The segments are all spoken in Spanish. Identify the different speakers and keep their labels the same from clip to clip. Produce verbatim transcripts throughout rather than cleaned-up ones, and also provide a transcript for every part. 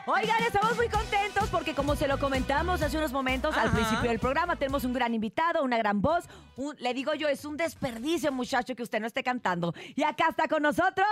Speaker 1: Oigan, estamos muy contentos porque como se lo comentamos hace unos momentos, Ajá. al principio del programa, tenemos un gran invitado, una gran voz. Un, le digo yo, es un desperdicio, muchacho, que usted no esté cantando. Y acá está con nosotros,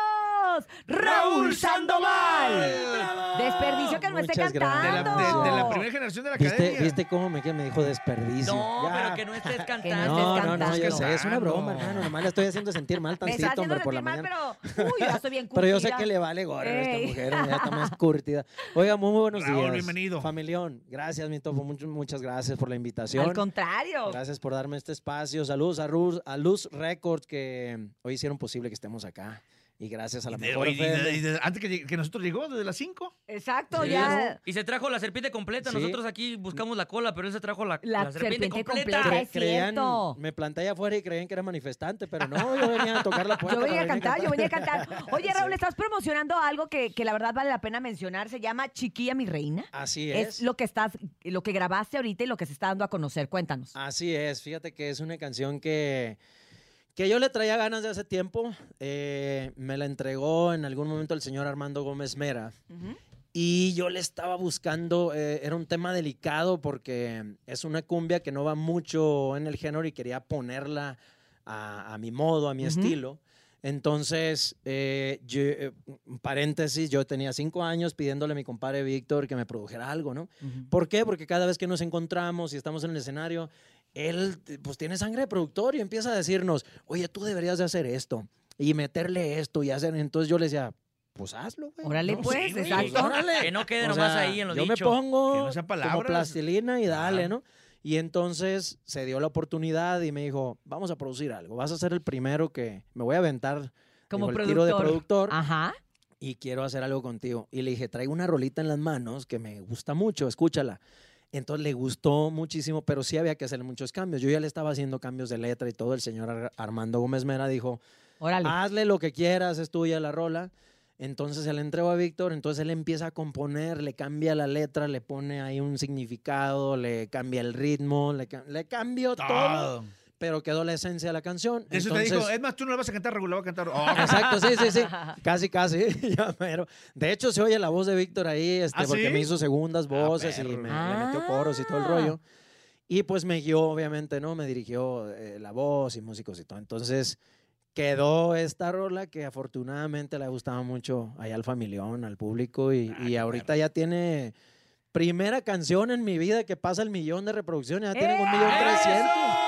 Speaker 1: Raúl Sandoval.
Speaker 2: ¡Bravo!
Speaker 1: Desperdicio que no
Speaker 2: Muchas
Speaker 1: esté cantando.
Speaker 2: De la, de, de la primera generación de la academia.
Speaker 3: ¿Viste, ¿Viste cómo me, que me dijo desperdicio?
Speaker 4: No,
Speaker 3: ya.
Speaker 4: pero que no estés cantando.
Speaker 1: Que no
Speaker 3: No,
Speaker 1: estés
Speaker 3: no,
Speaker 1: cantando.
Speaker 3: no, yo sé, es una
Speaker 2: Cantando.
Speaker 3: broma, hermano. Nomás le estoy haciendo sentir mal
Speaker 1: Me está
Speaker 3: tantito,
Speaker 1: haciendo
Speaker 3: hombre, por la
Speaker 1: sentir mal,
Speaker 3: mañana.
Speaker 1: pero uy, ya estoy bien curtida.
Speaker 3: Pero yo sé que le vale gorra a esta
Speaker 1: Ey.
Speaker 3: mujer, ya está más curtida. Oiga, muy, muy buenos
Speaker 2: Raúl,
Speaker 3: días.
Speaker 2: bienvenido.
Speaker 3: Familión, gracias, mi topo, muchas, muchas gracias por la invitación.
Speaker 1: Al contrario.
Speaker 3: Gracias por darme este espacio. Saludos a Luz, a Luz Records, que hoy hicieron posible que estemos acá. Y gracias a la
Speaker 2: Y de-
Speaker 3: mejor
Speaker 2: y de-
Speaker 3: F M.
Speaker 2: y de- antes que, que nosotros llegó, desde las cinco.
Speaker 1: Exacto,
Speaker 3: Sí,
Speaker 1: ya.
Speaker 4: Y se trajo la serpiente completa.
Speaker 3: Sí.
Speaker 4: Nosotros aquí buscamos la cola, pero él se trajo la,
Speaker 1: La
Speaker 4: la serpiente,
Speaker 1: serpiente
Speaker 4: completa.
Speaker 1: completa.
Speaker 3: Cre-
Speaker 1: es
Speaker 3: creían,
Speaker 1: cierto.
Speaker 3: me planté allá afuera y creían que era manifestante, pero no, yo venía a tocar la puerta.
Speaker 1: Yo venía a
Speaker 3: para
Speaker 1: cantar, yo venía a cantar. Oye, Raúl,
Speaker 3: Sí.
Speaker 1: estás promocionando algo que, que la verdad vale la pena mencionar. Se llama Chiquilla mi reina.
Speaker 3: Así es.
Speaker 1: Es lo que estás, lo que grabaste ahorita y lo que se está dando a conocer. Cuéntanos.
Speaker 3: Así es, fíjate que es una canción que, que yo le traía ganas de hace tiempo. Eh, me la entregó en algún momento el señor Armando Gómez Mera.
Speaker 1: Ujú.
Speaker 3: Y yo le estaba buscando, eh, era un tema delicado porque es una cumbia que no va mucho en el género y quería ponerla a, a mi modo, a mi
Speaker 1: Ujú.
Speaker 3: estilo. Entonces, eh, yo, eh, paréntesis, yo tenía cinco años pidiéndole a mi compadre Víctor que me produjera algo, ¿no?
Speaker 1: Ujú.
Speaker 3: ¿Por qué? Porque cada vez que nos encontramos y estamos en el escenario, él pues tiene sangre de productor y empieza a decirnos, oye, tú deberías de hacer esto y meterle esto y hacer. Entonces yo le decía, pues hazlo, güey.
Speaker 1: Órale,
Speaker 3: ¿no?
Speaker 1: pues,
Speaker 3: Sí, güey,
Speaker 1: exacto.
Speaker 3: pues, órale.
Speaker 4: Que no quede
Speaker 3: O
Speaker 4: nomás
Speaker 3: sea,
Speaker 4: ahí en lo
Speaker 3: yo
Speaker 4: dicho.
Speaker 3: me pongo
Speaker 2: Que no sean
Speaker 3: como
Speaker 2: palabras.
Speaker 3: plastilina y dale,
Speaker 2: Claro.
Speaker 3: ¿no? Y entonces se dio la oportunidad y me dijo, vamos a producir algo. Vas a ser el primero que me voy a aventar
Speaker 1: Como
Speaker 3: dijo, el tiro de productor
Speaker 1: Ajá.
Speaker 3: y quiero hacer algo contigo. Y le dije, traigo una rolita en las manos que me gusta mucho, escúchala. Entonces le gustó muchísimo, pero sí había que hacerle muchos cambios. Yo ya le estaba haciendo cambios de letra y todo. El señor Ar- Armando Gómez Mera dijo,
Speaker 1: Órale.
Speaker 3: hazle lo que quieras, es tuya la rola. Entonces se le entregó a Víctor, entonces él empieza a componer, le cambia la letra, le pone ahí un significado, le cambia el ritmo, le, ca- le cambió todo,
Speaker 2: Todo.
Speaker 3: pero quedó la esencia de la canción.
Speaker 2: Eso
Speaker 3: Entonces,
Speaker 2: te dijo, es más, tú no la vas a cantar, Raúl, la vas a cantar. Oh,
Speaker 3: exacto, sí, sí, sí, casi, casi, ya mero. De hecho, se oye la voz de Víctor ahí, este,
Speaker 2: ¿Ah,
Speaker 3: porque
Speaker 2: sí?
Speaker 3: me hizo segundas
Speaker 2: Ah,
Speaker 3: voces y
Speaker 2: perro.
Speaker 3: me,
Speaker 1: Ah.
Speaker 3: le metió coros y todo el rollo. Y pues me guió, obviamente, ¿no? Me dirigió eh, la voz y músicos y todo. Entonces quedó esta rola que afortunadamente le gustaba mucho allá al familión, al público. Y,
Speaker 2: Ah,
Speaker 3: y
Speaker 2: qué
Speaker 3: ahorita ya tiene primera canción en mi vida que pasa el millón de reproducciones. Ya tienen un millón trescientos.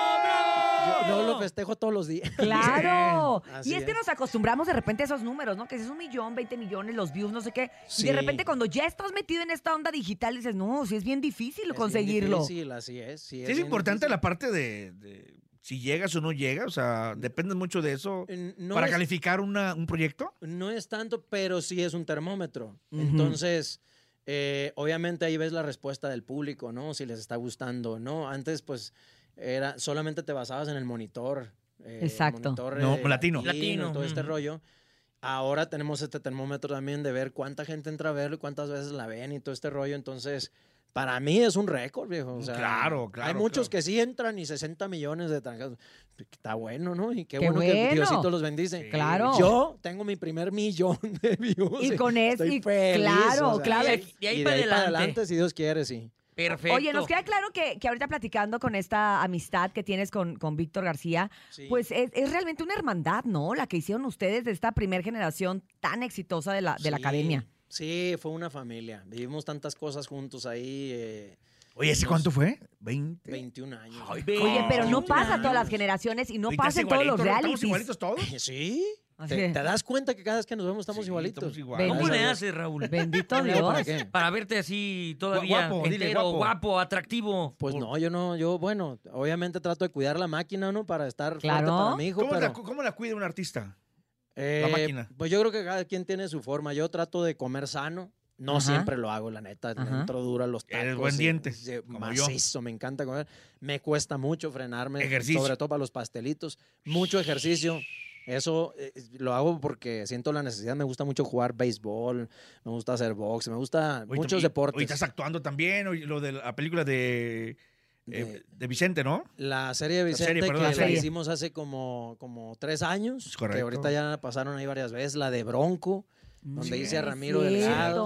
Speaker 3: Yo, yo lo festejo todos los días.
Speaker 1: ¡Claro!
Speaker 3: Así
Speaker 1: Y es que
Speaker 3: es.
Speaker 1: nos acostumbramos de repente a esos números, ¿no? Que si es un millón, veinte millones, los views, no sé qué. Y
Speaker 3: Sí.
Speaker 1: de repente cuando ya estás metido en esta onda digital, dices, no, sí es bien difícil
Speaker 3: Es bien
Speaker 1: conseguirlo.
Speaker 3: difícil, así es. Sí,
Speaker 2: Sí, es
Speaker 3: bien
Speaker 2: importante
Speaker 3: difícil.
Speaker 2: la parte de, de si llegas o no llegas. O sea, depende mucho de eso.
Speaker 3: Eh, No
Speaker 2: para
Speaker 3: es-
Speaker 2: calificar una, un proyecto.
Speaker 3: No es tanto, pero sí es un termómetro.
Speaker 1: Ujú.
Speaker 3: Entonces, eh, obviamente ahí ves la respuesta del público, ¿no? Si les está gustando, ¿no? Antes, pues, era solamente te basabas en el monitor. eh,
Speaker 1: Exacto.
Speaker 3: monitor,
Speaker 2: No,
Speaker 3: eh,
Speaker 2: latino.
Speaker 4: Latino,
Speaker 3: todo este
Speaker 4: ujú.
Speaker 3: rollo. Ahora tenemos este termómetro también de ver cuánta gente entra a verlo y cuántas veces la ven y todo este rollo. Entonces, para mí es un récord, viejo. O sea,
Speaker 2: Claro, claro,
Speaker 3: Hay muchos
Speaker 2: claro.
Speaker 3: que sí entran y sesenta millones de trancados. Está bueno, ¿no? Y qué,
Speaker 1: ¡Qué
Speaker 3: bueno, que
Speaker 1: bueno!
Speaker 3: Diosito los bendice.
Speaker 2: Sí.
Speaker 1: Claro.
Speaker 3: Yo tengo mi primer millón de views.
Speaker 1: Y con eso,
Speaker 3: Estoy
Speaker 1: y
Speaker 3: feliz,
Speaker 1: claro,
Speaker 3: o sea,
Speaker 1: claro.
Speaker 4: Y de ahí
Speaker 3: y
Speaker 4: para
Speaker 3: de ahí para
Speaker 4: adelante.
Speaker 3: adelante, si Dios quiere, sí.
Speaker 4: Perfecto.
Speaker 1: Oye, nos queda claro que, que ahorita platicando con esta amistad que tienes con, con Víctor García,
Speaker 3: Sí.
Speaker 1: pues es, es realmente una hermandad, ¿no? La que hicieron ustedes de esta primer generación tan exitosa de la, de la
Speaker 3: Sí,
Speaker 1: academia.
Speaker 3: Sí, fue una familia. Vivimos tantas cosas juntos ahí. eh,
Speaker 2: Oye, ¿ese
Speaker 3: Nos-
Speaker 2: cuánto fue? veinte.
Speaker 3: veintiún años.
Speaker 2: Ay,
Speaker 3: ¿no?
Speaker 1: Oye, pero no
Speaker 4: veintiún
Speaker 1: pasa a todas las
Speaker 4: años.
Speaker 1: generaciones y no
Speaker 2: Oye,
Speaker 1: pasa
Speaker 2: casi
Speaker 1: en todos los
Speaker 2: igualitos, ¿no? ¿Estamos
Speaker 1: realities.
Speaker 2: igualitos todos?
Speaker 3: Sí.
Speaker 1: Así
Speaker 3: ¿Te,
Speaker 1: es.
Speaker 3: te das cuenta que cada vez que nos vemos estamos
Speaker 2: Sí,
Speaker 3: igualitos?
Speaker 2: estamos igual.
Speaker 4: ¿Cómo
Speaker 3: Gracias
Speaker 4: le
Speaker 3: a Dios.
Speaker 4: haces, Raúl?
Speaker 1: Bendito
Speaker 3: ¿Le hago para
Speaker 1: Dios.
Speaker 3: qué?
Speaker 4: Para verte así todavía
Speaker 2: Guapo, dile,
Speaker 4: entero,
Speaker 2: guapo.
Speaker 4: guapo, atractivo.
Speaker 3: Pues no, yo no, yo, bueno, obviamente trato de cuidar la máquina, ¿no? Para estar
Speaker 1: Claro.
Speaker 3: fuerte para mi hijo,
Speaker 2: ¿Cómo,
Speaker 3: pero...
Speaker 2: la, ¿Cómo la cuida un artista?
Speaker 3: Eh,
Speaker 2: máquina?
Speaker 3: Pues yo creo que cada quien tiene su forma. Yo trato de comer sano. No
Speaker 1: Ajá.
Speaker 3: siempre lo hago, la neta.
Speaker 1: Ajá.
Speaker 3: Me entro duro a los tacos.
Speaker 2: Eres buen
Speaker 3: y-
Speaker 2: diente,
Speaker 3: y-
Speaker 2: como yo.
Speaker 3: macizo, me encanta comer. Me cuesta mucho frenarme.
Speaker 2: Ejercicio.
Speaker 3: Sobre todo para los pastelitos. Mucho ejercicio. Eso eh, lo hago porque siento la necesidad. Me gusta mucho jugar béisbol. Me gusta hacer box. Me gusta
Speaker 2: Oye,
Speaker 3: muchos
Speaker 2: y-
Speaker 3: deportes.
Speaker 2: Oye, estás actuando también. Oye, lo de la película de,
Speaker 3: De-
Speaker 2: eh, de Vicente, ¿no?
Speaker 3: La serie de
Speaker 2: La
Speaker 3: Vicente
Speaker 2: serie, perdón,
Speaker 3: que
Speaker 2: la
Speaker 3: la
Speaker 1: serie.
Speaker 3: hicimos hace como, como tres años.
Speaker 2: Es correcto.
Speaker 3: Que ahorita ya pasaron ahí varias veces. La de Bronco, donde
Speaker 2: Sí.
Speaker 3: hice a
Speaker 1: Es
Speaker 3: Ramiro Delgado.
Speaker 1: cierto.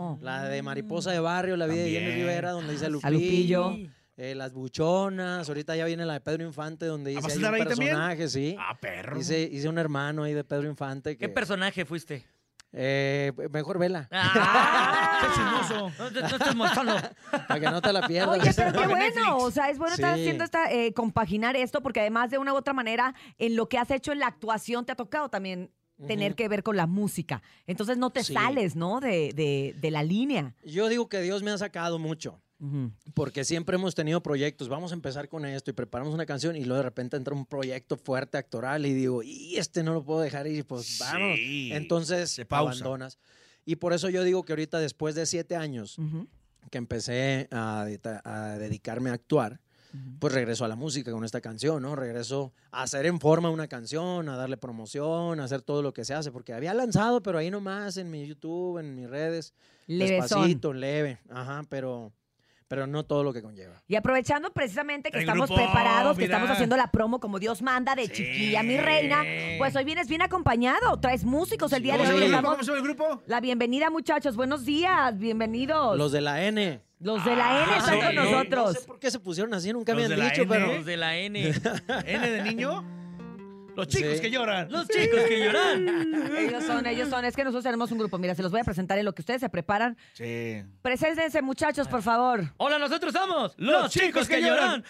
Speaker 1: no.
Speaker 3: La de Mariposa de Barrio, la vida de
Speaker 2: También.
Speaker 3: Jenny Rivera, donde dice Lupillo.
Speaker 1: A Lupillo.
Speaker 3: Eh, las Buchonas. Ahorita ya viene la de Pedro Infante, donde dice
Speaker 2: ¿vas a
Speaker 3: hay
Speaker 2: estar
Speaker 3: un
Speaker 2: ahí también?
Speaker 3: personaje, sí.
Speaker 2: Ah, perro.
Speaker 3: Hice, hice un hermano ahí de Pedro Infante. Que,
Speaker 4: ¿Qué personaje fuiste?
Speaker 3: eh, mejor vela,
Speaker 4: ¡Ah!
Speaker 2: Qué chismoso.
Speaker 4: No, te- no estás mostrando.
Speaker 3: para que no te la pierdas.
Speaker 1: Oye, pero qué
Speaker 2: Paga
Speaker 1: bueno,
Speaker 2: Netflix.
Speaker 1: o sea, es bueno estar
Speaker 3: Sí.
Speaker 1: haciendo esta, eh, compaginar esto, porque además de una u otra manera, en lo que has hecho en la actuación, te ha tocado también tener
Speaker 3: Ujú.
Speaker 1: que ver con la música. Entonces no te
Speaker 3: Sí.
Speaker 1: sales, ¿no? De, de, de la línea.
Speaker 3: Yo digo que Dios me ha sacado mucho.
Speaker 1: Ujú.
Speaker 3: Porque siempre hemos tenido proyectos, vamos a empezar con esto y preparamos una canción y luego de repente entra un proyecto fuerte actoral y digo, y este no lo puedo dejar ir, pues vamos.
Speaker 2: Sí,
Speaker 3: Entonces
Speaker 2: se pausa.
Speaker 3: abandonas. Y por eso yo digo que ahorita después de siete años
Speaker 1: Ujú.
Speaker 3: que empecé a, deta- a dedicarme a actuar, pues regreso a la música con esta canción, ¿no? Regreso a hacer en forma una canción, a darle promoción, a hacer todo lo que se hace, porque había lanzado, pero ahí nomás en mi YouTube, en mis redes,
Speaker 1: Levesón.
Speaker 3: despacito, leve, ajá, pero, pero no todo lo que conlleva.
Speaker 1: Y aprovechando precisamente que
Speaker 2: El
Speaker 1: estamos
Speaker 2: grupo,
Speaker 1: preparados, que
Speaker 2: mira.
Speaker 1: estamos haciendo la promo como Dios manda de
Speaker 2: Sí.
Speaker 1: Chiquilla, mi reina, pues hoy vienes bien acompañado. Traes músicos el día de
Speaker 2: ¿Cómo se
Speaker 1: hoy.
Speaker 2: llama
Speaker 1: Les
Speaker 2: el grupo?
Speaker 1: damos
Speaker 2: ¿Cómo se llama el grupo?
Speaker 1: la bienvenida, muchachos. Buenos días, bienvenidos.
Speaker 3: Los de la N.
Speaker 1: Los de la N
Speaker 2: Ah,
Speaker 1: están
Speaker 2: sí.
Speaker 1: con
Speaker 2: No, no
Speaker 1: nosotros.
Speaker 3: No sé por qué se pusieron así, nunca
Speaker 2: Los
Speaker 3: me
Speaker 2: de
Speaker 3: han
Speaker 2: la
Speaker 3: dicho,
Speaker 2: N.
Speaker 3: pero...
Speaker 4: Los de la N.
Speaker 2: ¿N de niño? Los chicos
Speaker 3: Sí.
Speaker 2: que lloran.
Speaker 4: Los chicos que lloran.
Speaker 1: Ellos son, ellos son. Es que nosotros tenemos un grupo. Mira, se los voy a presentar en lo que ustedes se preparan.
Speaker 2: Sí.
Speaker 1: Preséntense, muchachos, por favor.
Speaker 4: Hola, nosotros somos los, chicos que lloran.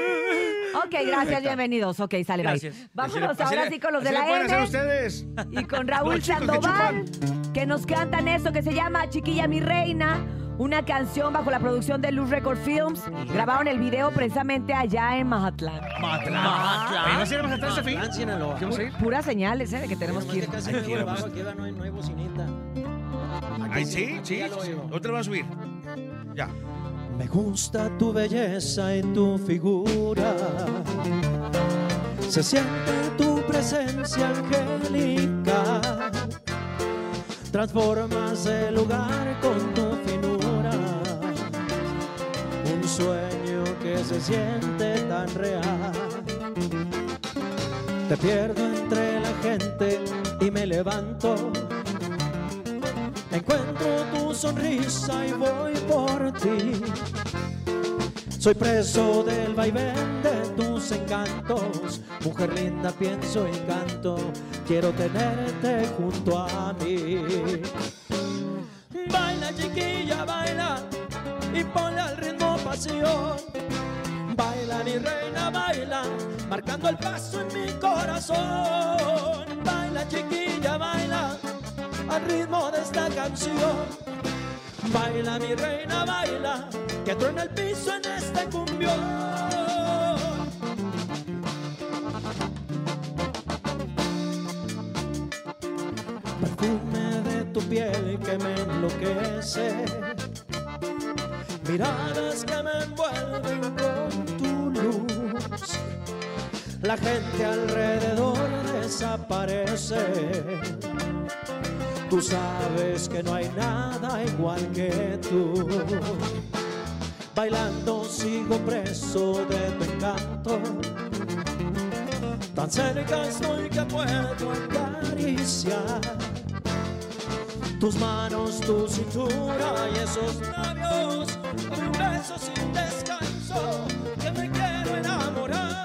Speaker 1: Ok, gracias, bienvenidos. Ok, sale, bye.
Speaker 4: Gracias.
Speaker 1: Vámonos
Speaker 2: Así le-
Speaker 1: ahora sí con los de
Speaker 2: así le
Speaker 1: la
Speaker 2: pueden hacer
Speaker 1: N
Speaker 2: ustedes.
Speaker 1: y con Raúl
Speaker 2: Los chicos que
Speaker 1: Sandoval, que nos cantan esto que se llama Chiquilla mi reina, una canción bajo la producción de Luz Record Films. Grabaron el video precisamente allá en Mazatlán.
Speaker 2: Matlán.
Speaker 4: Matlán.
Speaker 2: Oye, ¿no se llama Matlán, Steffi?
Speaker 3: Matlán, Sinaloa.
Speaker 2: ¿Vamos a ir?
Speaker 1: Puras señales, ¿eh? De que tenemos que ir.
Speaker 3: Nomás casi
Speaker 2: Hay
Speaker 3: me
Speaker 2: que
Speaker 3: voy
Speaker 2: ir,
Speaker 3: abajo,
Speaker 2: vamos.
Speaker 3: aquí no hay, no hay bocinita.
Speaker 2: Ay, sí, sí.
Speaker 3: Ya lo oigo.
Speaker 2: Otra vamos a subir. Ya.
Speaker 3: Me gusta tu belleza y tu figura. Se siente tu presencia angélica. Transformas el lugar con tu finura. Un sueño que se siente tan real. Te pierdo entre la gente y me levanto. Encuentro tu sonrisa y voy por ti. Soy preso del vaivén de tus encantos. Mujer linda, pienso y canto. Quiero tenerte junto a mí. Baila, chiquilla, baila y ponle al ritmo pasión. Baila, mi reina, baila, marcando el paso en mi corazón. Baila, chiquilla, baila al ritmo de esta canción. Baila, mi reina, baila, que truena el piso en este cumbión. Perfume de tu piel que me enloquece, miradas que me envuelven con tu luz. La gente alrededor desaparece. Tú sabes que no hay nada igual que tú. Bailando sigo preso de tu encanto. Tan cerca estoy que puedo acariciar tus manos, tu cintura y esos labios. Un beso sin descanso que me quiero enamorar.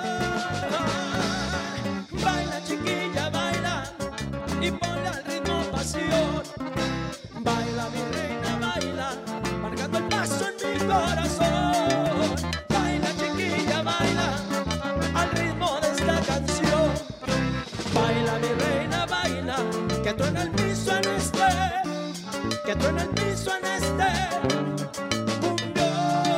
Speaker 3: Baila, chiquilla, baila y ponle al ritmo pasión. Baila, mi reina, baila, marcando el paso en mi corazón. Baila, chiquilla, baila, al ritmo de esta canción. Baila, mi reina, baila, que truena el piso en este, que truena el piso en este cumbión.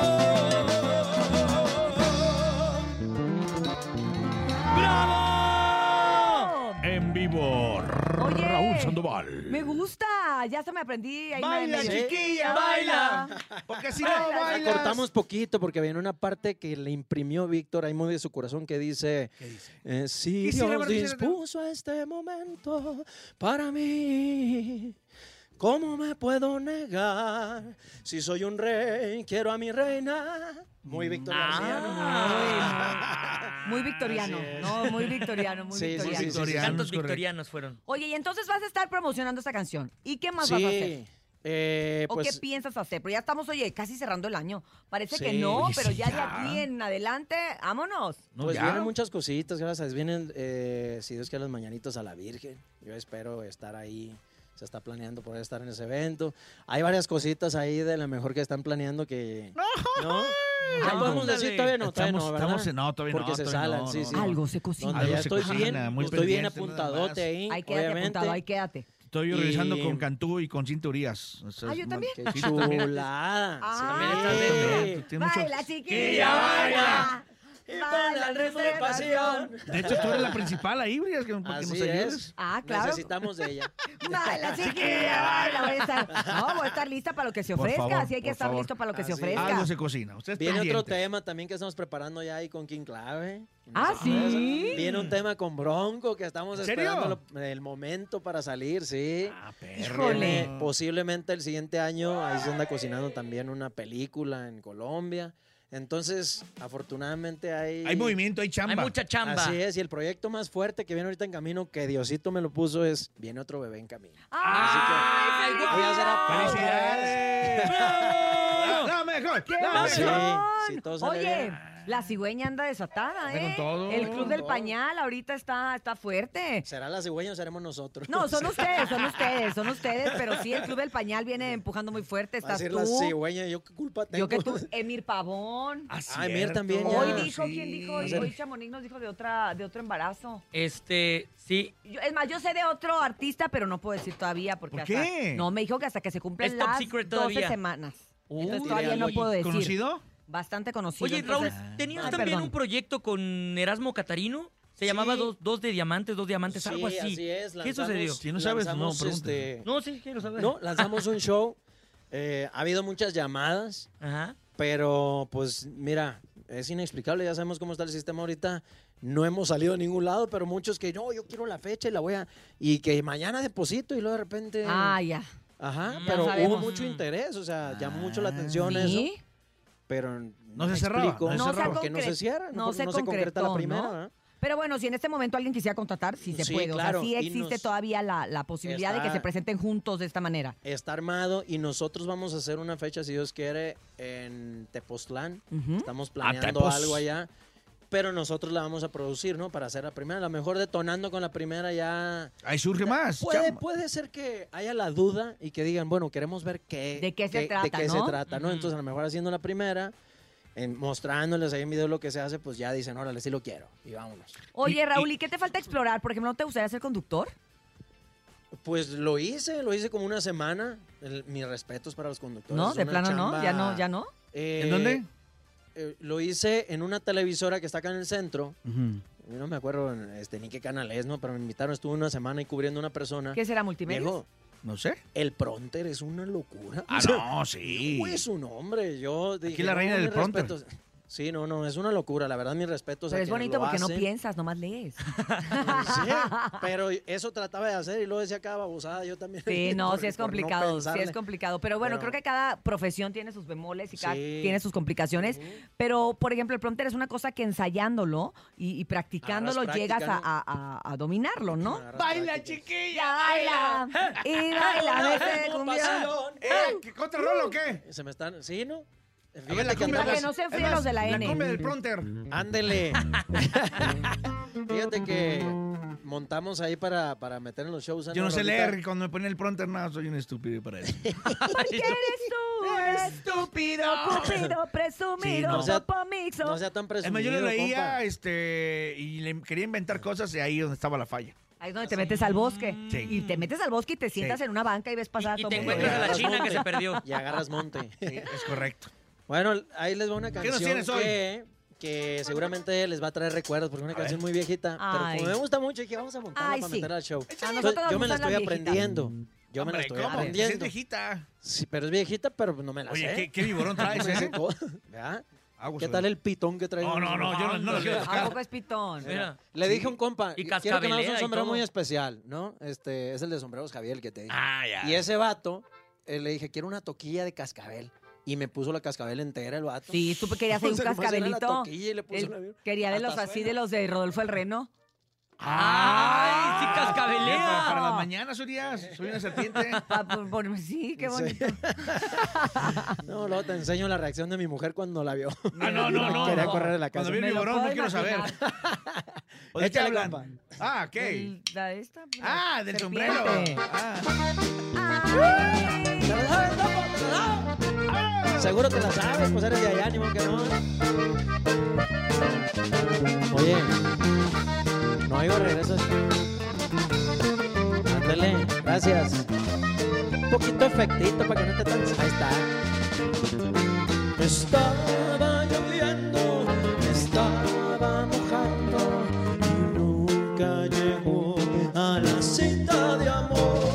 Speaker 4: ¡Bravo!
Speaker 2: En vivo,
Speaker 1: Oye,
Speaker 2: Raúl Sandoval.
Speaker 1: Me gusta, ya se me aprendí. Ahí
Speaker 2: Baila,
Speaker 1: me- me-
Speaker 2: chiquilla, baila. Porque si no bailas.
Speaker 3: Cortamos poquito porque viene una parte que le imprimió Víctor ahí muy de su corazón que dice,
Speaker 2: ¿Qué dice?
Speaker 3: eh, si
Speaker 2: Quisiera
Speaker 3: Dios
Speaker 2: ver, quisiera-
Speaker 3: dispuso este momento para mí, ¿cómo me puedo negar? Si soy un rey, quiero a mi reina. Muy Víctor García, ¿no?
Speaker 4: Ah.
Speaker 1: Muy victoriano,
Speaker 2: Así es.
Speaker 1: no, muy victoriano, muy
Speaker 3: Sí, sí,
Speaker 1: victoriano.
Speaker 3: sí, sí, sí.
Speaker 2: Victoriano.
Speaker 4: Cantos
Speaker 2: es correcto.
Speaker 4: victorianos fueron.
Speaker 1: Oye, y entonces vas a estar promocionando esta canción. ¿Y qué más vas a hacer?
Speaker 3: Sí, Eh,
Speaker 1: ¿O
Speaker 3: pues,
Speaker 1: qué piensas hacer? Pero ya estamos, oye, casi cerrando el año. Parece que
Speaker 3: Sí.
Speaker 1: no,
Speaker 2: Oye,
Speaker 1: pero
Speaker 2: sí,
Speaker 1: ya, de
Speaker 2: ya.
Speaker 1: aquí en adelante, vámonos.
Speaker 2: No,
Speaker 3: pues
Speaker 2: ya.
Speaker 3: vienen muchas cositas, gracias a Dios. Vienen, eh, si Dios quiere, las mañanitas a la Virgen. Yo espero estar ahí. Se está planeando poder estar en ese evento. Hay varias cositas ahí de la mejor que están planeando que... ¿No? ¿Ya
Speaker 1: Algo.
Speaker 3: podemos decir? Todavía no, todavía
Speaker 2: Estamos,
Speaker 3: no, ¿verdad?
Speaker 2: estamos en, no, todavía
Speaker 3: Porque
Speaker 2: no,
Speaker 3: se
Speaker 2: todavía
Speaker 3: salan,
Speaker 2: no,
Speaker 3: sí,
Speaker 2: no,
Speaker 3: sí.
Speaker 2: no.
Speaker 1: Algo se cocina.
Speaker 3: Donde ya
Speaker 2: Algo se
Speaker 3: estoy
Speaker 2: cocina,
Speaker 3: bien,
Speaker 2: muy
Speaker 3: estoy bien
Speaker 2: pendiente, nada
Speaker 3: apuntadote
Speaker 2: más.
Speaker 3: ahí,
Speaker 1: Ahí quédate
Speaker 3: obviamente.
Speaker 1: apuntado, ahí quédate.
Speaker 2: Estoy
Speaker 3: Y-
Speaker 2: revisando con Cantú y con Cintia Urias. O sea,
Speaker 1: Ah,
Speaker 2: es
Speaker 1: yo
Speaker 2: más-
Speaker 1: también.
Speaker 3: Qué
Speaker 2: Sí, tú también.
Speaker 3: chulada.
Speaker 1: Ah,
Speaker 3: Sí.
Speaker 2: también. Tiene mucho-
Speaker 1: Baila, chiquilla,
Speaker 3: Chiquilla,
Speaker 1: baila.
Speaker 3: Y ponle al ritmo de pasión.
Speaker 2: De hecho, tú eres la principal ahí, Urias, que, para que nos
Speaker 3: Así
Speaker 2: ayudes.
Speaker 3: es.
Speaker 1: Ah, claro.
Speaker 3: Necesitamos de ella.
Speaker 1: Baila, chiquilla, baila. Voy a estar, no, voy a estar lista para lo que se
Speaker 2: Por
Speaker 1: ofrezca.
Speaker 2: favor,
Speaker 1: Así hay que
Speaker 2: por
Speaker 1: estar
Speaker 2: favor.
Speaker 1: listo para lo que se
Speaker 3: Así es.
Speaker 1: ofrezca.
Speaker 2: Algo se cocina. Ustedes
Speaker 3: Viene otro
Speaker 2: pendientes.
Speaker 3: tema también que estamos preparando ya ahí con King Clave.
Speaker 1: Ah, ¿sí?
Speaker 3: Viene un tema con Bronco que estamos
Speaker 2: ¿En serio?
Speaker 3: esperando lo- el momento para salir, sí.
Speaker 2: Ah,
Speaker 1: Híjole.
Speaker 3: Viene posiblemente el siguiente año, ahí se anda cocinando también una película en Colombia. Entonces, afortunadamente hay...
Speaker 2: Hay movimiento, hay chamba.
Speaker 4: Hay mucha chamba.
Speaker 3: Así es, y el proyecto más fuerte que viene ahorita en camino, que Diosito me lo puso, es Viene otro bebé en camino.
Speaker 1: ¡Ay,
Speaker 3: Así que voy a hacer aplausos.
Speaker 2: ¡Felicidades!
Speaker 4: ¡Bravo!
Speaker 2: ¡La mejor!
Speaker 1: ¡Qué
Speaker 2: ¡La
Speaker 3: Sí,
Speaker 2: mejor!
Speaker 3: sí, todo sale
Speaker 1: Oye,
Speaker 3: bien.
Speaker 1: la cigüeña anda desatada,
Speaker 2: Anda
Speaker 1: ¿eh?
Speaker 2: con todo.
Speaker 1: El Club del
Speaker 3: Todo.
Speaker 1: Pañal ahorita está, está fuerte.
Speaker 3: ¿Será la cigüeña o seremos nosotros?
Speaker 1: No, son ustedes, son ustedes, son ustedes, pero sí, el Club del Pañal viene empujando muy fuerte.
Speaker 3: Va a
Speaker 1: Estás
Speaker 3: decir
Speaker 1: tú,
Speaker 3: la cigüeña, ¿yo qué culpa tengo?
Speaker 1: yo que tú, Emir Pavón.
Speaker 2: Ah,
Speaker 3: Ay, Mir
Speaker 2: cierto.
Speaker 3: también ya.
Speaker 1: Hoy
Speaker 3: Ah,
Speaker 1: dijo,
Speaker 2: sí.
Speaker 1: ¿quién dijo?
Speaker 3: Va a
Speaker 1: Hoy,
Speaker 3: ser-
Speaker 1: hoy Chamonix nos dijo de otra, de otro embarazo.
Speaker 4: Este, sí.
Speaker 1: Yo- es más, yo sé de otro artista, pero no puedo decir todavía porque
Speaker 2: ¿Por
Speaker 1: hasta-
Speaker 2: qué?
Speaker 1: no, me dijo que hasta que se cumplen
Speaker 4: Es top
Speaker 1: las
Speaker 4: secret
Speaker 1: doce
Speaker 4: todavía.
Speaker 1: semanas.
Speaker 4: Uh,
Speaker 1: Entonces
Speaker 3: tiene
Speaker 1: todavía no
Speaker 3: algo
Speaker 1: puedo decir.
Speaker 2: ¿Conocido?
Speaker 1: Bastante conocido.
Speaker 4: Oye, Raúl,
Speaker 1: entonces-
Speaker 4: ¿tenías
Speaker 1: Ay,
Speaker 4: también
Speaker 1: perdón.
Speaker 4: un proyecto con Erasmo Catarino? Se llamaba
Speaker 3: Sí.
Speaker 4: dos, dos de diamantes, dos diamantes,
Speaker 3: Sí,
Speaker 4: algo así.
Speaker 3: así es.
Speaker 4: ¿Qué
Speaker 3: lanzamos-
Speaker 4: sucedió?
Speaker 2: Si no sabes, no,
Speaker 3: lanzamos,
Speaker 2: pregunta.
Speaker 3: este,
Speaker 4: No, sí, quiero saber.
Speaker 3: no, lanzamos un show. eh, ha habido muchas llamadas,
Speaker 4: Ajá.
Speaker 3: pero pues mira, es inexplicable. Ya sabemos cómo está el sistema ahorita. No hemos salido a ningún lado, pero muchos que no, yo quiero la fecha y la voy a. Y que mañana deposito y luego de repente.
Speaker 1: Ah, ya.
Speaker 3: Ajá,
Speaker 4: ya
Speaker 3: pero
Speaker 1: sabemos.
Speaker 3: hubo mucho interés, o sea, llamó mucho la atención eso.
Speaker 1: Sí.
Speaker 3: Pero
Speaker 2: No se
Speaker 3: me
Speaker 2: cerraba,
Speaker 3: explico
Speaker 2: no se
Speaker 1: No se
Speaker 2: cerraba.
Speaker 3: porque no se
Speaker 1: concre-
Speaker 3: cierra,
Speaker 1: no
Speaker 3: no,
Speaker 1: se
Speaker 3: no se concreta la
Speaker 1: concretó,
Speaker 3: primera.
Speaker 1: ¿no?
Speaker 3: ¿verdad?
Speaker 1: Pero bueno, si en este momento alguien quisiera contratar, sí se
Speaker 3: Sí,
Speaker 1: puede.
Speaker 3: claro,
Speaker 1: O sea, sí
Speaker 3: y
Speaker 1: existe
Speaker 3: nos-
Speaker 1: todavía la, la posibilidad de que
Speaker 3: Está-
Speaker 1: se presenten juntos de esta manera.
Speaker 3: Está armado y nosotros vamos a hacer una fecha, si Dios quiere, en Tepoztlán.
Speaker 1: Ujú.
Speaker 3: Estamos planeando
Speaker 2: Tepos.
Speaker 3: algo allá, pero nosotros la vamos a producir, ¿no? Para hacer la primera. A lo mejor detonando con la primera ya...
Speaker 2: Ahí surge más.
Speaker 3: Puede,
Speaker 2: chamba.
Speaker 3: puede ser que haya la duda y que digan, bueno, queremos ver qué...
Speaker 1: ¿De qué se trata,
Speaker 3: de qué
Speaker 1: no?
Speaker 3: se trata, ¿no?
Speaker 4: Ujú.
Speaker 3: Entonces, a lo mejor haciendo la primera, en- mostrándoles ahí en video lo que se hace, pues ya dicen, órale, sí lo quiero. Y vámonos.
Speaker 1: Oye,
Speaker 2: Y-
Speaker 1: Raúl, ¿y qué te falta explorar? Por ejemplo, ¿no te gustaría ser conductor?
Speaker 3: Pues lo hice, lo hice como una semana. El- mis respetos para los conductores.
Speaker 1: ¿No?
Speaker 3: es
Speaker 1: ¿De
Speaker 3: una
Speaker 1: plano no?
Speaker 3: chamba-
Speaker 1: ¿Ya no? ¿Ya no?
Speaker 3: Eh,
Speaker 2: ¿En dónde?
Speaker 3: eh, lo hice en una televisora que está acá en el centro.
Speaker 2: Ujú.
Speaker 3: Yo no me acuerdo este, ni qué canal es, ¿no? Pero me invitaron, estuve una semana ahí cubriendo a una persona.
Speaker 1: ¿Qué será multimedia?
Speaker 3: Viejo,
Speaker 2: No sé.
Speaker 3: el pronter es una locura.
Speaker 2: Ah,
Speaker 3: O sea,
Speaker 2: no, sí.
Speaker 3: ¿cómo es su nombre? Yo dije,
Speaker 2: la
Speaker 3: no,
Speaker 2: reina del
Speaker 3: mis
Speaker 2: pronter.
Speaker 3: respetos. Sí, no, no, es una locura. La verdad, mis respetos a
Speaker 1: Pero es
Speaker 3: quienes
Speaker 1: bonito
Speaker 3: lo
Speaker 1: porque no
Speaker 3: hacen.
Speaker 1: piensas, nomás lees.
Speaker 3: Sí, pero eso trataba de hacer y luego decía cada babosada yo también.
Speaker 1: Sí, no,
Speaker 3: Por-
Speaker 1: sí es
Speaker 3: por no
Speaker 1: complicado, sí
Speaker 3: pensarle.
Speaker 1: es complicado. Pero bueno,
Speaker 3: Pero-
Speaker 1: creo que cada profesión tiene sus bemoles y cada
Speaker 3: Sí.
Speaker 1: tiene sus complicaciones.
Speaker 3: Ujú.
Speaker 1: Pero, por ejemplo, el prompter es una cosa que ensayándolo y, y practicándolo
Speaker 3: Agarras
Speaker 1: llegas
Speaker 3: práctica,
Speaker 1: a, a- a- a dominarlo, ¿no?
Speaker 3: Agarras
Speaker 2: ¡Baila,
Speaker 3: práctica.
Speaker 2: chiquilla!
Speaker 1: Ya baila y baila desde
Speaker 3: Como
Speaker 1: cumbia.
Speaker 3: pasión.
Speaker 2: Eh, ¿qué ¿Contra rol o qué?
Speaker 3: Se me están. Sí, ¿no?
Speaker 2: A ver,
Speaker 3: Fíjate
Speaker 2: la
Speaker 3: que
Speaker 2: cumbia
Speaker 1: Para
Speaker 3: andaba-
Speaker 1: que no se
Speaker 2: Es
Speaker 1: enfríen
Speaker 2: más,
Speaker 1: los de la N.
Speaker 2: La cumbia del pronter.
Speaker 3: Ándele. Fíjate que montamos ahí para, para meter en los shows.
Speaker 2: Yo no
Speaker 3: una
Speaker 2: sé
Speaker 3: rolita.
Speaker 2: leer. Cuando me ponen el pronter, no, soy un estúpido para eso.
Speaker 1: Porque eres tú,
Speaker 2: ¡Estúpido!
Speaker 1: estúpido, presumido,
Speaker 2: Sí, no.
Speaker 3: No sea-
Speaker 1: popomixo.
Speaker 3: No sea tan
Speaker 2: Es
Speaker 3: presumido,
Speaker 2: más, yo lo leía
Speaker 3: compa.
Speaker 2: este, y le quería inventar cosas y ahí donde estaba la falla.
Speaker 1: Ahí es donde te metes al bosque.
Speaker 2: Sí.
Speaker 1: Y te metes al bosque y te sientas
Speaker 2: Sí.
Speaker 1: en una banca y ves pasar a
Speaker 4: Y
Speaker 1: todo
Speaker 4: te
Speaker 1: mundo.
Speaker 4: encuentras a la
Speaker 3: Agarras
Speaker 4: china que
Speaker 3: monte.
Speaker 4: se perdió.
Speaker 3: Y agarras monte.
Speaker 2: Sí, es correcto.
Speaker 3: Bueno, ahí les va una
Speaker 2: nos
Speaker 3: canción
Speaker 2: tienes hoy?
Speaker 3: que, que seguramente les va a traer recuerdos porque es una
Speaker 2: A
Speaker 3: canción
Speaker 2: ver.
Speaker 3: muy viejita.
Speaker 1: Ay.
Speaker 3: Pero como me gusta mucho, dije, vamos a montarla
Speaker 1: Ay,
Speaker 3: para
Speaker 1: sí.
Speaker 3: meterla al show.
Speaker 1: A
Speaker 3: Entonces,
Speaker 1: nosotros nos
Speaker 3: yo me la
Speaker 1: gustan
Speaker 3: estoy
Speaker 1: las viejitas.
Speaker 3: aprendiendo. Yo me la
Speaker 2: Hombre,
Speaker 3: estoy
Speaker 2: ¿cómo? Es
Speaker 3: aprendiendo.
Speaker 2: viejita.
Speaker 3: Sí, pero es viejita, pero no me la
Speaker 2: Oye,
Speaker 3: sé.
Speaker 2: ¿qué, qué viborón traes,
Speaker 3: Me sé
Speaker 2: eh?
Speaker 3: todo. ¿Verdad?
Speaker 2: Aguas,
Speaker 3: ¿Qué
Speaker 2: oye.
Speaker 3: tal el pitón que trae?
Speaker 2: No, no, no, yo no, no lo quiero
Speaker 1: ¿A
Speaker 2: tocar.
Speaker 1: poco es pitón?
Speaker 4: Mira.
Speaker 3: Le dije a un compa,
Speaker 4: Y
Speaker 3: quiero que me hagas
Speaker 4: cascabelea
Speaker 3: un
Speaker 4: y
Speaker 3: sombrero
Speaker 4: todo.
Speaker 3: muy especial, ¿no? Este, es el de sombreros Javier, el que te dije.
Speaker 2: Ah, ya.
Speaker 3: Y ese vato, eh, le dije, quiero una toquilla de cascabel. Y me puso la cascabel entera el vato.
Speaker 1: Sí, tú querías hacer un
Speaker 3: O sea, nomás era la
Speaker 1: cascabelito.
Speaker 3: toquilla y le puso
Speaker 1: Él
Speaker 3: la-
Speaker 1: quería de
Speaker 3: Hasta
Speaker 1: los así,
Speaker 3: suena.
Speaker 1: de los de Rodolfo el Reno.
Speaker 4: ¡Ay, sí,
Speaker 2: Para,
Speaker 4: cascabelera!
Speaker 2: para las mañanas, Urias. Soy una serpiente.
Speaker 1: Ah, por- por- sí, qué bonito.
Speaker 3: Sí. No, luego te enseño la reacción de mi mujer cuando la vio.
Speaker 2: Ah, no, no, no.
Speaker 3: Quería
Speaker 2: no.
Speaker 3: correr de la casa.
Speaker 2: Cuando vi el
Speaker 1: Me lo
Speaker 2: vigorón, no
Speaker 1: puedo
Speaker 2: quiero saber.
Speaker 1: imaginar.
Speaker 2: ¿O de qué
Speaker 3: Échale,
Speaker 2: hablan?
Speaker 3: compa.
Speaker 2: Ah, ok.
Speaker 1: El- la esta, pues,
Speaker 2: Ah, del
Speaker 1: serpiente.
Speaker 2: sombrero. Ah.
Speaker 1: Ay.
Speaker 3: ¿Te la sabes, loco? ¿Te la sabes? Seguro te la sabes, pues eres de allá, ni modo que no. Oye, no oigo regresos. Ándale, gracias. Un poquito efectito para que no te tan... Ahí está. Estaba lloviendo, me estaba mojando y nunca llegó a la cita de amor.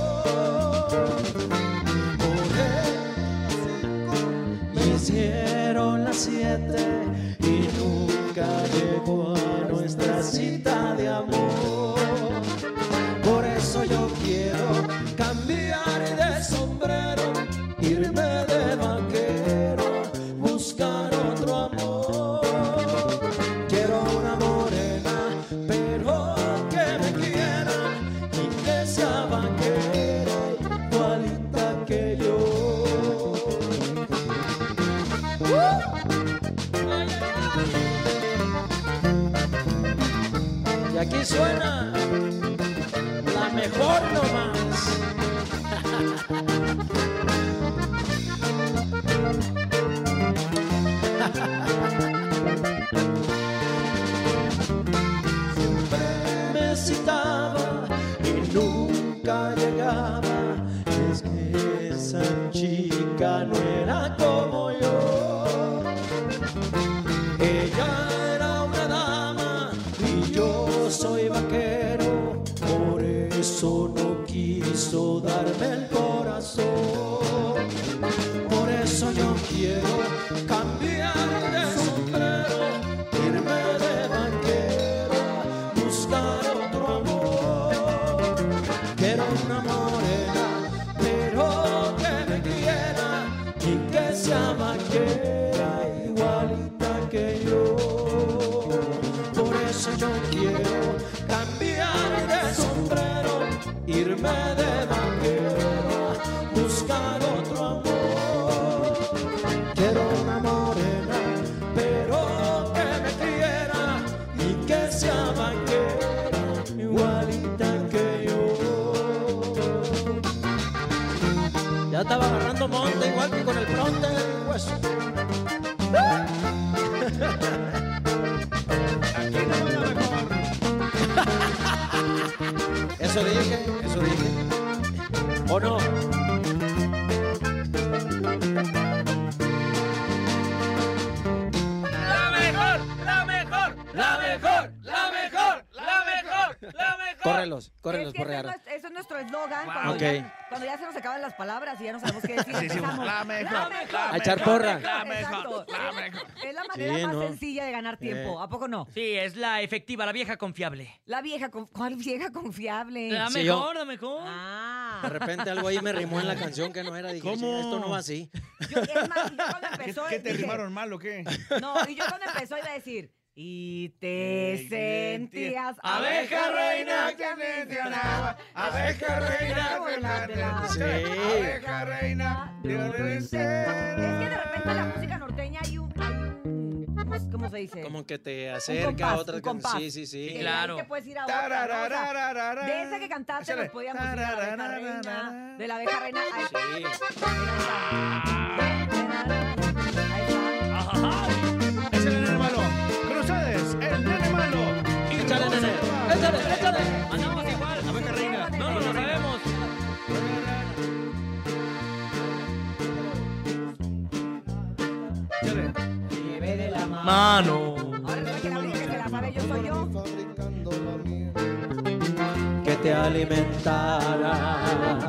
Speaker 3: Me hicieron las siete y nunca llegó a nuestra cita de amor. Por eso yo quiero cambiar de sombrero, irme de vaquero, buscar otro amor. Quiero una morena, pero que me quiera y que sea vaquera, igualita que yo. Y aquí suena la mejor nomás. Siempre me citaba y nunca llegaba. Es que esa chica no era como yo. Ella era una dama y yo soy vaquero, por eso no quiso darme el corazón. Por eso yo quiero cambiar de sombrero, irme de vaquero, buscar otro amor. Quiero una morena, pero que me quiera y que sea vaquera, igualita que yo. Por eso yo quiero cambiar de sombrero, irme de vaquero, buscar otro amor. Quiero una morena, pero que me quiera y que sea vaquera, igualita que yo. Ya estaba agarrando monte igual que con el fronte del hueso.
Speaker 2: Aquí no va la mejor.
Speaker 3: Eso dije, eso dije. ¿O no?
Speaker 4: ¡La mejor! ¡La mejor! ¡La mejor! ¡La mejor! ¡La mejor! ¡La mejor!
Speaker 3: Córrelos, córrelos
Speaker 1: Es que
Speaker 3: por
Speaker 1: ese es
Speaker 3: regar.
Speaker 1: nuestro- eso es nuestro eslogan.
Speaker 4: Wow.
Speaker 1: Cuando,
Speaker 3: Ok.
Speaker 1: ya, cuando ya se nos acaban las palabras y ya no sabemos qué decir.
Speaker 2: Sí, sí,
Speaker 1: empezamos.
Speaker 2: la mejor,
Speaker 1: La
Speaker 2: la
Speaker 1: mejor.
Speaker 2: mejor,
Speaker 3: A echar porra.
Speaker 2: La mejor,
Speaker 1: Exacto.
Speaker 2: la mejor.
Speaker 1: Es la manera
Speaker 3: Sí,
Speaker 1: más
Speaker 3: no.
Speaker 1: sencilla de ganar tiempo.
Speaker 3: Eh.
Speaker 1: ¿A poco no?
Speaker 4: Sí, es la efectiva, la vieja confiable.
Speaker 1: La vieja, con- ¿cuál vieja confiable?
Speaker 4: La
Speaker 3: Sí,
Speaker 4: mejor,
Speaker 3: yo-
Speaker 4: la mejor.
Speaker 1: Ah.
Speaker 3: De repente algo ahí me rimó en la canción que no era. Dije,
Speaker 2: ¿Cómo?
Speaker 3: "Chinga, esto no va así".
Speaker 1: Yo, es más, yo cuando
Speaker 2: ¿Qué,
Speaker 1: empezó.
Speaker 2: qué te
Speaker 1: dije-
Speaker 2: rimaron mal o qué?
Speaker 1: No, y yo cuando empezó iba a decir. Y te sentías
Speaker 4: abeja reina
Speaker 2: que mencionaba, abeja reina que mencionaba,
Speaker 3: Sí.
Speaker 2: abeja reina de
Speaker 1: Es que de repente la música norteña hay un. Hay un ¿cómo, cómo se dice?
Speaker 3: Como que te
Speaker 1: Un
Speaker 3: acerca
Speaker 1: compás,
Speaker 3: a otras
Speaker 1: un
Speaker 3: can-
Speaker 1: compás.
Speaker 3: Sí, sí, sí.
Speaker 1: Que de
Speaker 4: claro.
Speaker 1: ahí te puedes ir a otra, ¿no? O sea,
Speaker 2: Tarararararara.
Speaker 1: de esa que cantaste
Speaker 2: Échale.
Speaker 1: nos podíamos ir a la abeja reina. De la abeja reina. Ahí está.
Speaker 3: Sí.
Speaker 1: Ahí está.
Speaker 4: Ajá.
Speaker 2: Es el nene malo. Con ustedes, el nene malo. Y
Speaker 3: Échale,
Speaker 2: Rosa
Speaker 3: nene.
Speaker 2: Elba.
Speaker 3: Échale, échale.
Speaker 4: Andamos igual.
Speaker 2: Abeja reina.
Speaker 4: No nos lo sabemos.
Speaker 2: Échale.
Speaker 1: Llevé de la mano.
Speaker 4: Mano.
Speaker 1: Ahora no hay que la única que se la sabe yo soy yo.
Speaker 3: Que te alimentara.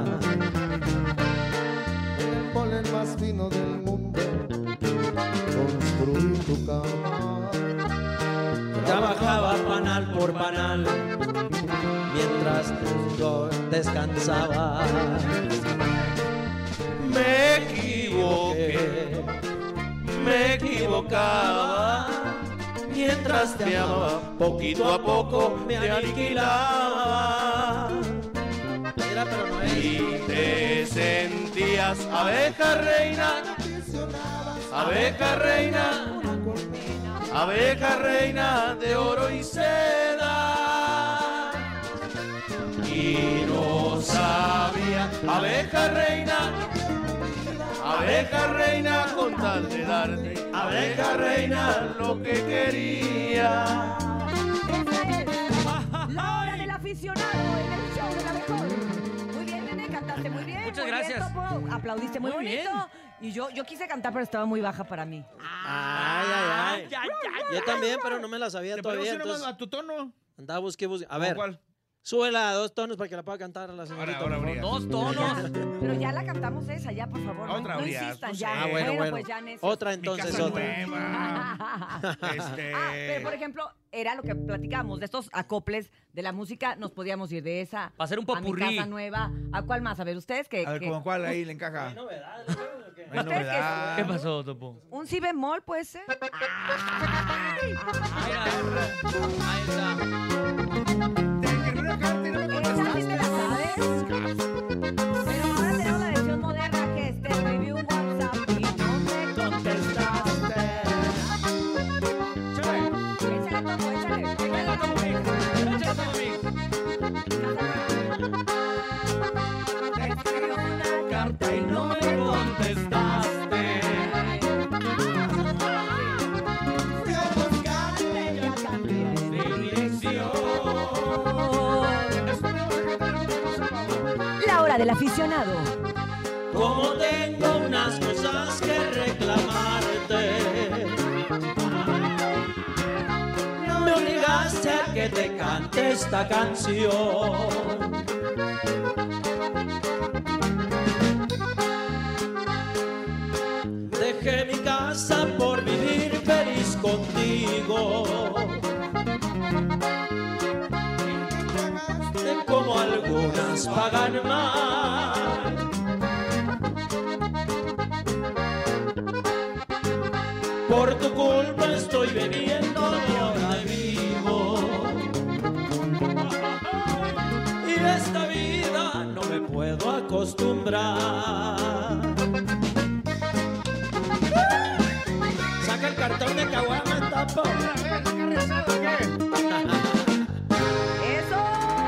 Speaker 5: El polen más fino del mundo, construí tu cama.
Speaker 3: Trabajaba panal por panal mientras yo descansaba. Me equivoqué, me equivocaba y mientras te amaba, poquito a poco me aniquilaba. Mira, pero no es. Y te sentías abeja reina, abeja reina, abeja reina de oro y seda. Y no sabía, abeja reina, abeja reina con tal de darte, abeja reina lo que quería.
Speaker 1: La hora del aficionado en el show de la mejor. Muy bien, Nene, cantaste muy bien.
Speaker 4: Muchas
Speaker 1: muy
Speaker 4: gracias.
Speaker 1: Bien, Topo, aplaudiste muy,
Speaker 4: Muy
Speaker 1: bonito.
Speaker 4: bien.
Speaker 1: Y yo, yo quise cantar, pero estaba muy baja para mí.
Speaker 3: Ay, ay, ay. Yo también, pero no me la sabía
Speaker 2: ¿Te
Speaker 3: todavía.
Speaker 2: podemos ir
Speaker 3: Entonces
Speaker 2: a tu tono?
Speaker 3: andaba busque, busque. A
Speaker 2: ¿Cómo
Speaker 3: ver,
Speaker 2: cuál?
Speaker 3: súbela a dos tonos para que la pueda cantar la señorita.
Speaker 2: Ahora, ahora,
Speaker 3: por favor.
Speaker 2: Urias.
Speaker 4: Dos tonos.
Speaker 1: Pero ya la cantamos esa, ya, por favor. No,
Speaker 2: Otra,
Speaker 1: no
Speaker 2: Urias,
Speaker 1: insistan,
Speaker 2: no sé.
Speaker 1: ya.
Speaker 3: Ah, bueno, bueno.
Speaker 1: Pues ya, necios.
Speaker 3: Otra
Speaker 2: Mi
Speaker 3: entonces,
Speaker 2: casa
Speaker 3: otra.
Speaker 2: nueva. Este...
Speaker 1: Ah, pero por ejemplo, era lo que platicábamos, de estos acoples de la música, nos podíamos ir de esa
Speaker 4: Va a ser un
Speaker 1: a mi
Speaker 4: popurrí.
Speaker 1: casa nueva. ¿A cuál más? A ver, ustedes que...
Speaker 2: A ver,
Speaker 1: que-
Speaker 2: ¿cómo cuál ahí le encaja?
Speaker 3: ¿Hay novedades? ¿Qué?
Speaker 2: No hay
Speaker 1: ¿Ustedes qué?
Speaker 2: novedad.
Speaker 4: ¿Qué pasó, Topo?
Speaker 1: un si bemol puede ser.
Speaker 4: Ahí está.
Speaker 2: Que no le cante, no me
Speaker 1: Esa sí
Speaker 2: contestaste.
Speaker 1: te la sabes. Pero ahora tenemos la versión moderna que es te escribí un WhatsApp y no me contestaste.
Speaker 2: Échale.
Speaker 1: Échale, Topo, échale.
Speaker 4: Échale, Topo Mix. Échale, Topo Mix.
Speaker 1: Te escribí una
Speaker 4: Carta y no me contestaste.
Speaker 5: Fui a buscarte.
Speaker 1: ya cambié. La hora del aficionado.
Speaker 3: Como tengo unas cosas que reclamarte, me obligaste a que te cante esta canción. Dejé mi casa por vivir feliz contigo. De como algunas pagan mal. Por tu culpa estoy bebiendo donde vivo. Y a esta vida no me puedo acostumbrar. Saca el cartón de caguama, tapo.
Speaker 1: ¡Eso!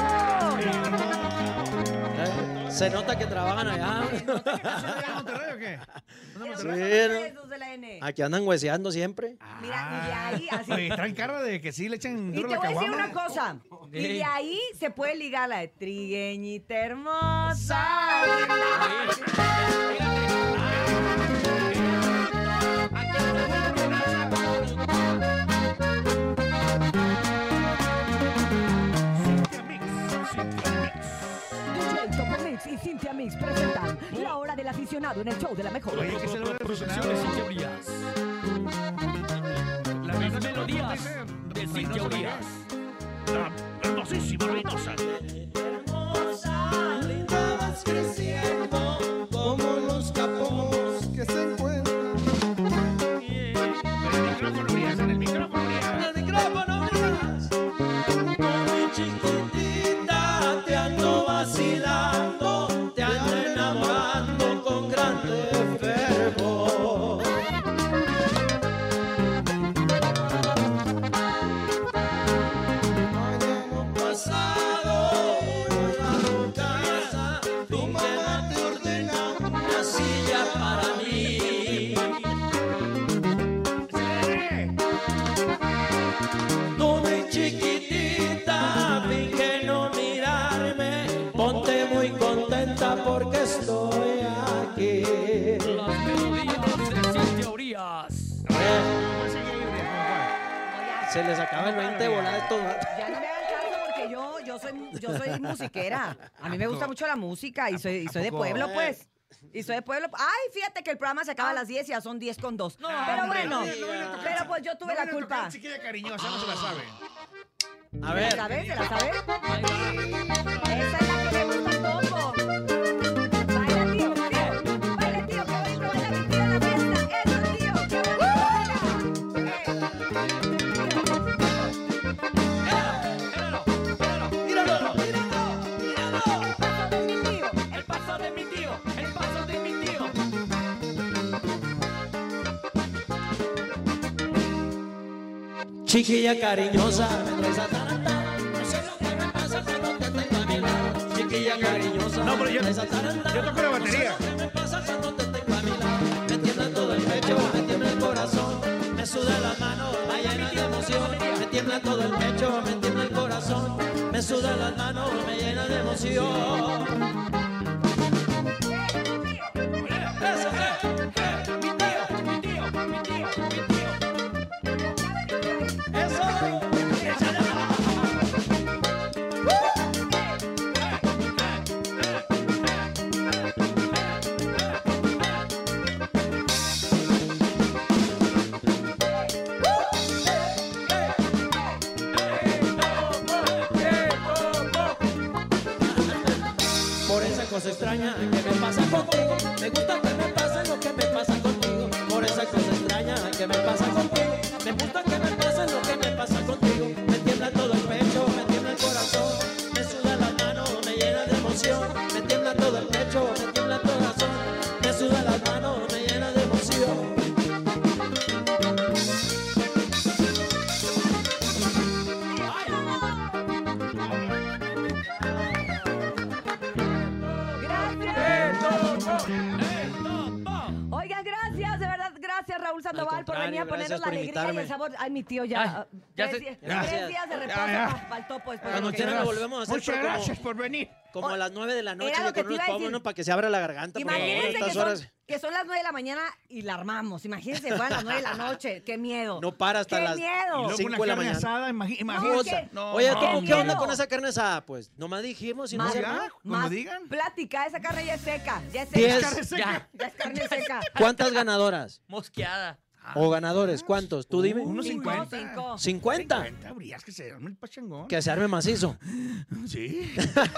Speaker 3: Se nota que trabajan allá.
Speaker 2: ¿En Monterrey o qué? ¿No es
Speaker 3: Sí,
Speaker 2: Monterrey?
Speaker 3: ¿no?
Speaker 1: Esos de la N.
Speaker 3: Aquí andan hueseando siempre.
Speaker 1: Mira, y de ahí así.
Speaker 2: Oye, traen cara de que sí le echan
Speaker 1: Y
Speaker 2: duro
Speaker 1: te
Speaker 2: la
Speaker 1: voy a decir
Speaker 2: caguama.
Speaker 1: una cosa. Y de ahí se puede ligar la de trigueñita hermosa. D J Topo Mix y Cintia Mix presentan La Hora del Aficionado en el show de la mejor.
Speaker 2: Oye, que se lo
Speaker 4: Producciones Cintia Urias. Las melodías de Cintia Urias.
Speaker 2: La hermosísima Reynosa.
Speaker 5: Hermosa, linda, vas creciendo como los capomos que se encuentran.
Speaker 2: El micrófono, Urias, en el micrófono, Urias.
Speaker 3: El micrófono, Urias. Con mi chiquitita te ando vacilando, te ando enamorando con grande fervor.
Speaker 5: Mañana
Speaker 3: Pasado voy a tu casa, tu mamá te ordena una silla para mí. Tú mi chiquitita, finge no mirarme, ponte muy contenta porque estoy aquí.
Speaker 4: Las melodías de Cintia Urias.
Speaker 3: Se les acaba el veinte de volada a estos vatos.
Speaker 1: Ya no me hagan caso porque yo, yo soy, yo soy musiquera. A mí me gusta mucho la música y soy, y soy de
Speaker 2: poco?
Speaker 1: pueblo, pues. Y soy de pueblo. Ay, fíjate que el programa se acaba a las diez y ya son diez con dos. Pero
Speaker 2: hombre,
Speaker 1: bueno,
Speaker 2: no, no, no, no,
Speaker 1: pero pues yo tuve la
Speaker 2: No viene a tocar
Speaker 1: culpa.
Speaker 2: chiquilla cariñosa, no se la sabe.
Speaker 3: A
Speaker 1: ¿Se
Speaker 3: ver,
Speaker 1: la sabes? ¿Se la sabes?
Speaker 4: Ahí va.
Speaker 1: Esa es la que me gusta poco. Baila, tío, tío. Baila, tío, qué bonito baila mi tío en la fiesta. Eso, tío, qué bonito baila. Eh.
Speaker 3: Chiquilla cariñosa, me traes atarantada. No sé lo que me pasa cuando te tengo a mi lado. Chiquilla cariñosa,
Speaker 2: No, pero yo-
Speaker 3: me traes atarantada.
Speaker 2: yo toco la batería.
Speaker 3: No sé lo que me pasa cuando te tengo a mi lado. Me tiembla todo el pecho, me tiembla el corazón. Me suda la mano, me llena de emoción. Me tiembla todo el pecho, me tiembla el corazón. Me suda las manos, me llena de emoción.
Speaker 4: Eso, eh, eh, mi tío, mi tío, mi tío, mi tío.
Speaker 3: Eso. Por esa cosa extraña que me pasa contigo, me gusta que me pase lo que me pasa contigo. Por esa cosa extraña que me pasa contigo, me gusta que me pase lo que me pasa contigo. Me tiembla todo el pecho, me tiembla el corazón, me suda las manos, me llena de emoción. Me tiembla todo el pecho, me tiembla el corazón, me suda las manos, me llena de emoción.
Speaker 1: Oigan, gracias, de verdad, gracias Raúl Sandoval por venir a
Speaker 3: contrario,
Speaker 1: ponernos
Speaker 3: gracias
Speaker 1: la
Speaker 3: por
Speaker 1: alegría y
Speaker 3: invitarme.
Speaker 1: el sabor. Ay, mi tío ya.
Speaker 4: Ay, ya
Speaker 1: tres,
Speaker 4: se-
Speaker 1: días,
Speaker 3: Gracias.
Speaker 1: tres días de reposo
Speaker 2: Ya, ya.
Speaker 1: pa- pa'l topo después de
Speaker 3: Cuando
Speaker 1: lo que-
Speaker 3: quieran lo volvemos a hacer,
Speaker 2: Muchas
Speaker 3: pero como-
Speaker 2: gracias por venir.
Speaker 3: Como a las nueve de la noche,
Speaker 1: Era lo
Speaker 3: que
Speaker 1: que
Speaker 3: con
Speaker 1: te
Speaker 3: unos
Speaker 1: iba a
Speaker 3: pomos,
Speaker 1: decir.
Speaker 3: ¿no? Para que se abra la garganta. por favor,
Speaker 1: Imagínense que
Speaker 3: estas
Speaker 1: son,
Speaker 3: horas.
Speaker 1: que son las nueve de la mañana y la armamos. Imagínense, fueron las nueve de la noche. ¡Qué miedo!
Speaker 3: No para hasta
Speaker 1: ¡Qué
Speaker 3: las-
Speaker 1: miedo!
Speaker 2: Y luego
Speaker 3: cinco
Speaker 2: una
Speaker 3: de la
Speaker 2: carne
Speaker 3: mañana.
Speaker 2: asada, imagi-
Speaker 1: No,
Speaker 2: imagínate.
Speaker 1: ¿qué?
Speaker 2: No,
Speaker 3: Oye,
Speaker 2: no,
Speaker 3: ¿cómo
Speaker 1: qué
Speaker 3: qué onda
Speaker 1: miedo.
Speaker 3: con esa carne asada? Pues nomás dijimos y no
Speaker 1: Más,
Speaker 3: se
Speaker 2: ya,
Speaker 3: armó.
Speaker 2: como
Speaker 1: más
Speaker 2: digan.
Speaker 1: plática, esa carne ya es seca. Ya es seca.
Speaker 3: Diez.
Speaker 2: Carne seca.
Speaker 4: Ya,
Speaker 1: Ya es carne seca.
Speaker 3: ¿Cuántas ganadoras?
Speaker 4: mosqueada.
Speaker 3: ¿O ganadores? ¿Cuántos? Tú dime.
Speaker 2: Unos
Speaker 1: Cinco,
Speaker 2: cincuenta.
Speaker 1: cinco.
Speaker 3: ¿cincuenta?
Speaker 2: cincuenta, habrías que se arme el pachangón.
Speaker 3: Que se arme macizo.
Speaker 2: Sí.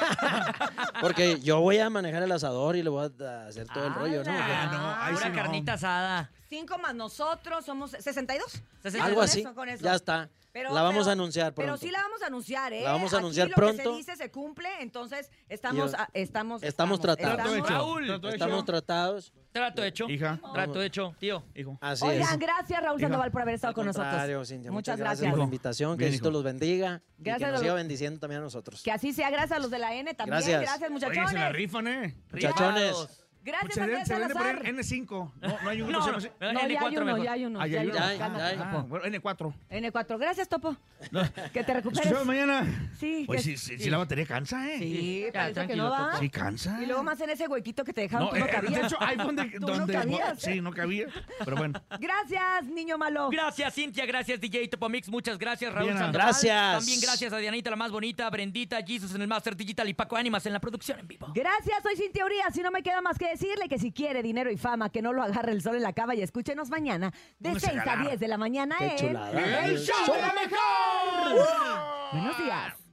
Speaker 3: Porque yo voy a manejar el asador y le voy a hacer todo el rollo, ¿no?
Speaker 1: ¡Hala!
Speaker 2: no, ahí
Speaker 4: Pura
Speaker 2: sí no.
Speaker 4: carnita asada.
Speaker 1: Cinco más nosotros, somos sesenta y dos.
Speaker 4: sesenta y
Speaker 3: Algo
Speaker 1: Con
Speaker 3: así.
Speaker 1: eso, con eso.
Speaker 3: Ya está.
Speaker 1: Pero-
Speaker 3: la vamos
Speaker 1: pero-
Speaker 3: a anunciar pronto.
Speaker 1: Pero sí la vamos a anunciar, ¿eh?
Speaker 3: La vamos a
Speaker 1: Aquí
Speaker 3: anunciar
Speaker 1: lo
Speaker 3: pronto.
Speaker 1: que se dice se cumple, entonces estamos,
Speaker 3: Yo-
Speaker 1: a- estamos,
Speaker 3: Estamos tratados.
Speaker 2: Trato hecho.
Speaker 4: Raúl,
Speaker 2: Trato hecho.
Speaker 3: Estamos tratados.
Speaker 4: Trato hecho.
Speaker 2: Hija.
Speaker 4: Trato hecho, tío.
Speaker 2: Hijo.
Speaker 3: Así
Speaker 1: Oigan,
Speaker 3: es.
Speaker 1: gracias Raúl
Speaker 2: Hija.
Speaker 1: Sandoval por haber estado
Speaker 3: Al
Speaker 1: con
Speaker 3: contrario,
Speaker 1: nosotros.
Speaker 3: Cintia,
Speaker 1: muchas
Speaker 3: muchas gracias,
Speaker 1: gracias.
Speaker 3: por la
Speaker 2: Hijo.
Speaker 3: invitación. Que
Speaker 2: Bien,
Speaker 3: Diosito
Speaker 2: hijo.
Speaker 3: los bendiga.
Speaker 1: Gracias
Speaker 3: y que
Speaker 1: a
Speaker 3: nos
Speaker 1: los-
Speaker 3: siga bendiciendo también a nosotros.
Speaker 1: Que así sea, gracias a los de la N también.
Speaker 3: Gracias.
Speaker 1: Gracias,
Speaker 2: Oye, se la
Speaker 1: muchachones.
Speaker 2: rifan, ¿eh?
Speaker 3: Muchachones.
Speaker 4: Rifados.
Speaker 1: Gracias,
Speaker 2: Se
Speaker 1: Andrés
Speaker 2: deben, se deben de
Speaker 1: Salazar.
Speaker 2: poner N cinco. No, no hay un
Speaker 4: No,
Speaker 2: que se
Speaker 4: no,
Speaker 2: llama así.
Speaker 1: No, ya
Speaker 4: N
Speaker 1: hay
Speaker 4: cuatro
Speaker 1: uno,
Speaker 4: mejor.
Speaker 1: ya hay uno.
Speaker 2: Ah,
Speaker 1: ya hay uno.
Speaker 3: ya hay,
Speaker 1: Cálmate,
Speaker 3: ya hay.
Speaker 2: Ah,
Speaker 1: Topo.
Speaker 2: bueno, N cuatro.
Speaker 1: N cuatro. Gracias, Topo. Que te recuperes.
Speaker 2: Escuchamos mañana.
Speaker 1: Sí,
Speaker 2: Oye,
Speaker 1: que-
Speaker 2: sí, sí, sí, la batería cansa, ¿eh?
Speaker 1: Sí,
Speaker 4: Ya,
Speaker 1: parece que
Speaker 4: tranquilo,
Speaker 1: no va.
Speaker 4: Topo.
Speaker 2: Sí, cansa.
Speaker 1: Y luego más en ese huequito que te dejaron,
Speaker 2: No,
Speaker 1: tú no
Speaker 2: eh,
Speaker 1: cabías.
Speaker 2: de hecho, hay donde,
Speaker 1: Tú no
Speaker 2: donde
Speaker 1: cabías.
Speaker 2: sí, no cabía, pero bueno.
Speaker 1: Gracias, niño malo.
Speaker 4: Gracias, Cintia. Gracias, D J Topomix. Muchas gracias, Raúl
Speaker 2: Bien,
Speaker 4: Sandoval.
Speaker 3: gracias.
Speaker 4: También gracias a Dianita, la más bonita, Brendita, Jesus en el Master Digital y Paco Ánimas en la producción en vivo.
Speaker 1: Gracias, soy Cintia Urias y no me queda más que decirle que si quiere dinero y fama, que no lo agarre el sol en la cama y escúchenos mañana de
Speaker 2: Póngase a
Speaker 1: seis a
Speaker 2: ganar.
Speaker 1: diez de la mañana
Speaker 3: Qué
Speaker 1: en
Speaker 3: chulada.
Speaker 2: ¡El show de la mejor!
Speaker 1: Buenos días.